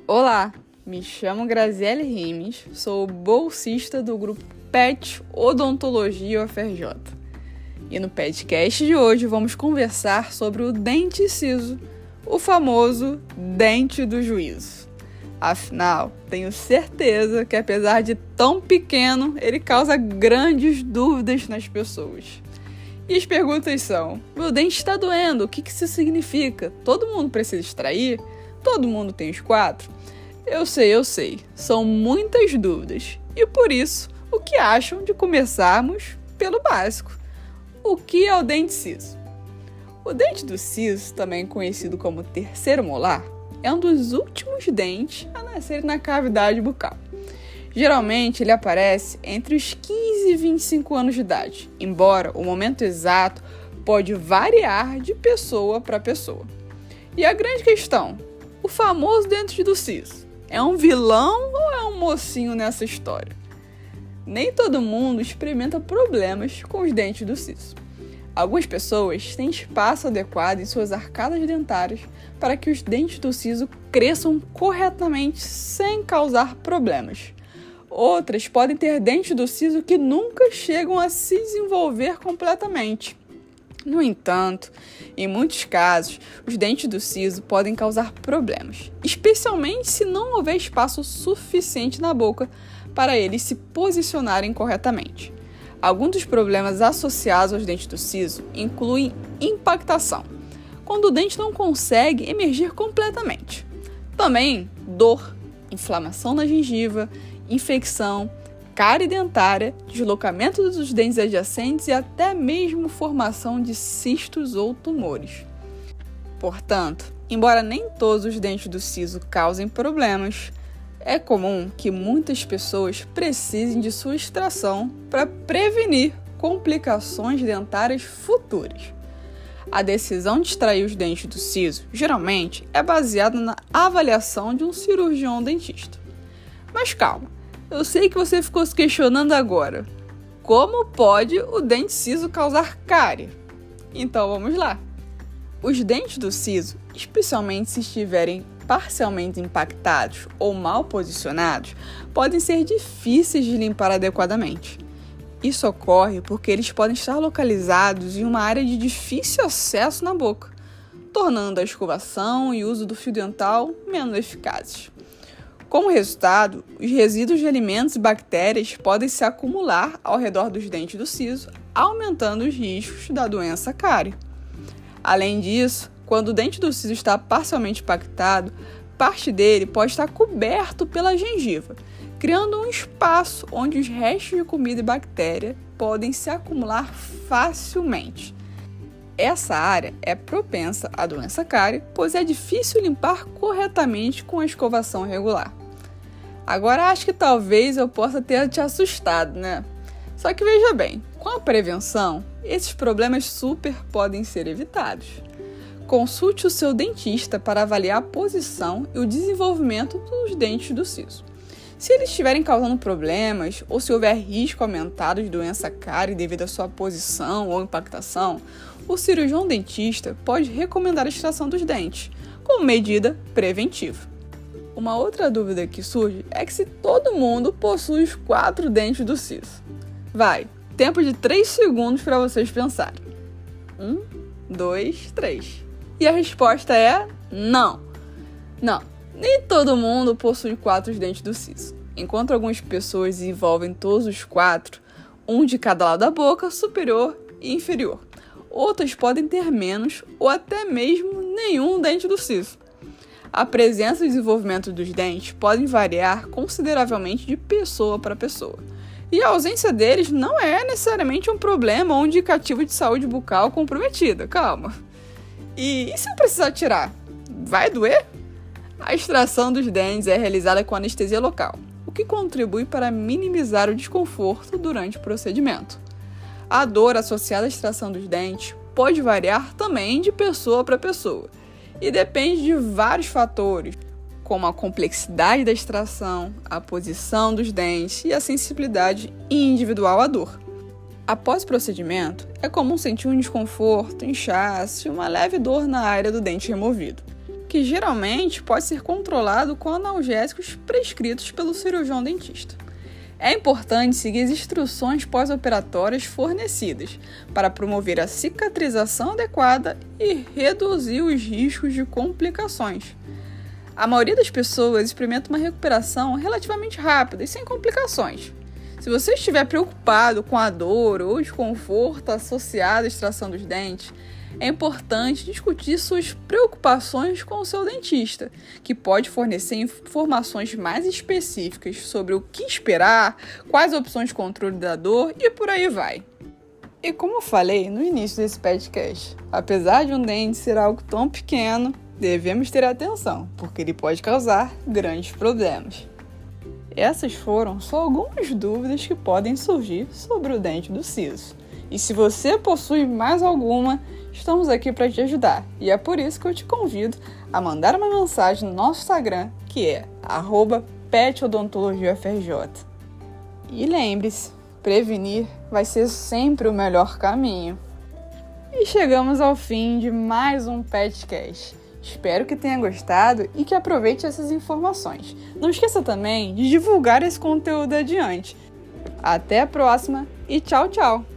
Olá, me chamo Graziele Rimes, sou bolsista do grupo PET Odontologia UFRJ. E no podcast de hoje vamos conversar sobre o dente ciso, o famoso dente do juízo. Afinal, tenho certeza que apesar de tão pequeno, ele causa grandes dúvidas nas pessoas. E as perguntas são: meu dente está doendo, o que isso significa? Todo mundo precisa extrair? Todo mundo tem os 4? Eu sei, são muitas dúvidas. E por isso, o que acham de começarmos pelo básico? O que é o dente ciso? O dente do siso, também conhecido como terceiro molar, é um dos últimos dentes a nascer na cavidade bucal. Geralmente, ele aparece entre os 15 e 25 anos de idade, embora o momento exato pode variar de pessoa para pessoa. E a grande questão, o famoso dente do siso, é um vilão ou é um mocinho nessa história? Nem todo mundo experimenta problemas com os dentes do siso. Algumas pessoas têm espaço adequado em suas arcadas dentárias para que os dentes do siso cresçam corretamente sem causar problemas. Outras podem ter dentes do siso que nunca chegam a se desenvolver completamente. No entanto, em muitos casos, os dentes do siso podem causar problemas, especialmente se não houver espaço suficiente na boca para eles se posicionarem corretamente. Alguns dos problemas associados aos dentes do siso incluem impactação, quando o dente não consegue emergir completamente. Também dor, inflamação na gengiva, infecção, cárie dentária, deslocamento dos dentes adjacentes e até mesmo formação de cistos ou tumores. Portanto, embora nem todos os dentes do siso causem problemas, é comum que muitas pessoas precisem de sua extração para prevenir complicações dentárias futuras. A decisão de extrair os dentes do siso geralmente é baseada na avaliação de um cirurgião dentista. Mas calma, eu sei que você ficou se questionando agora. Como pode o dente ciso causar cárie? Então vamos lá. Os dentes do siso, especialmente se estiverem parcialmente impactados ou mal posicionados, podem ser difíceis de limpar adequadamente. Isso ocorre porque eles podem estar localizados em uma área de difícil acesso na boca, tornando a escovação e o uso do fio dental menos eficazes. Como resultado, os resíduos de alimentos e bactérias podem se acumular ao redor dos dentes do siso, aumentando os riscos da doença cárie. Além disso, quando o dente do siso está parcialmente impactado, parte dele pode estar coberto pela gengiva, criando um espaço onde os restos de comida e bactéria podem se acumular facilmente. Essa área é propensa à doença cárie, pois é difícil limpar corretamente com a escovação regular. Agora acho que talvez eu possa ter te assustado, né? Só que veja bem, com a prevenção, esses problemas super podem ser evitados. Consulte o seu dentista para avaliar a posição e o desenvolvimento dos dentes do siso. Se eles estiverem causando problemas ou se houver risco aumentado de doença cárie devido à sua posição ou impactação, o cirurgião dentista pode recomendar a extração dos dentes, como medida preventiva. Uma outra dúvida que surge é que se todo mundo possui os 4 dentes do siso. Tempo de 3 segundos para vocês pensarem. 1, 2, 3. E a resposta é não. Não, nem todo mundo possui 4 dentes do siso. Enquanto algumas pessoas desenvolvem todos os 4, um de cada lado da boca, superior e inferior. Outras podem ter menos ou até mesmo nenhum dente do siso. A presença e o desenvolvimento dos dentes podem variar consideravelmente de pessoa para pessoa. E a ausência deles não é necessariamente um problema ou um indicativo de saúde bucal comprometida, calma. E se eu precisar tirar? Vai doer? A extração dos dentes é realizada com anestesia local, o que contribui para minimizar o desconforto durante o procedimento. A dor associada à extração dos dentes pode variar também de pessoa para pessoa e depende de vários fatores, como a complexidade da extração, a posição dos dentes e a sensibilidade individual à dor. Após o procedimento, é comum sentir um desconforto, inchaço e uma leve dor na área do dente removido. que geralmente pode ser controlado com analgésicos prescritos pelo cirurgião dentista. É importante seguir as instruções pós-operatórias fornecidas para promover a cicatrização adequada e reduzir os riscos de complicações. A maioria das pessoas experimenta uma recuperação relativamente rápida e sem complicações. Se você estiver preocupado com a dor ou desconforto associado à extração dos dentes, é importante discutir suas preocupações com o seu dentista, que pode fornecer informações mais específicas sobre o que esperar, quais opções de controle da dor e por aí vai. E como eu falei no início desse podcast, apesar de um dente ser algo tão pequeno, devemos ter atenção, porque ele pode causar grandes problemas. Essas foram só algumas dúvidas que podem surgir sobre o dente do siso. E se você possui mais alguma, estamos aqui para te ajudar. E é por isso que eu te convido a mandar uma mensagem no nosso Instagram, que é @petodontologiafrj. E lembre-se, prevenir vai ser sempre o melhor caminho. E chegamos ao fim de mais um Petcast. Espero que tenha gostado e que aproveite essas informações. Não esqueça também de divulgar esse conteúdo adiante. Até a próxima e tchau, tchau!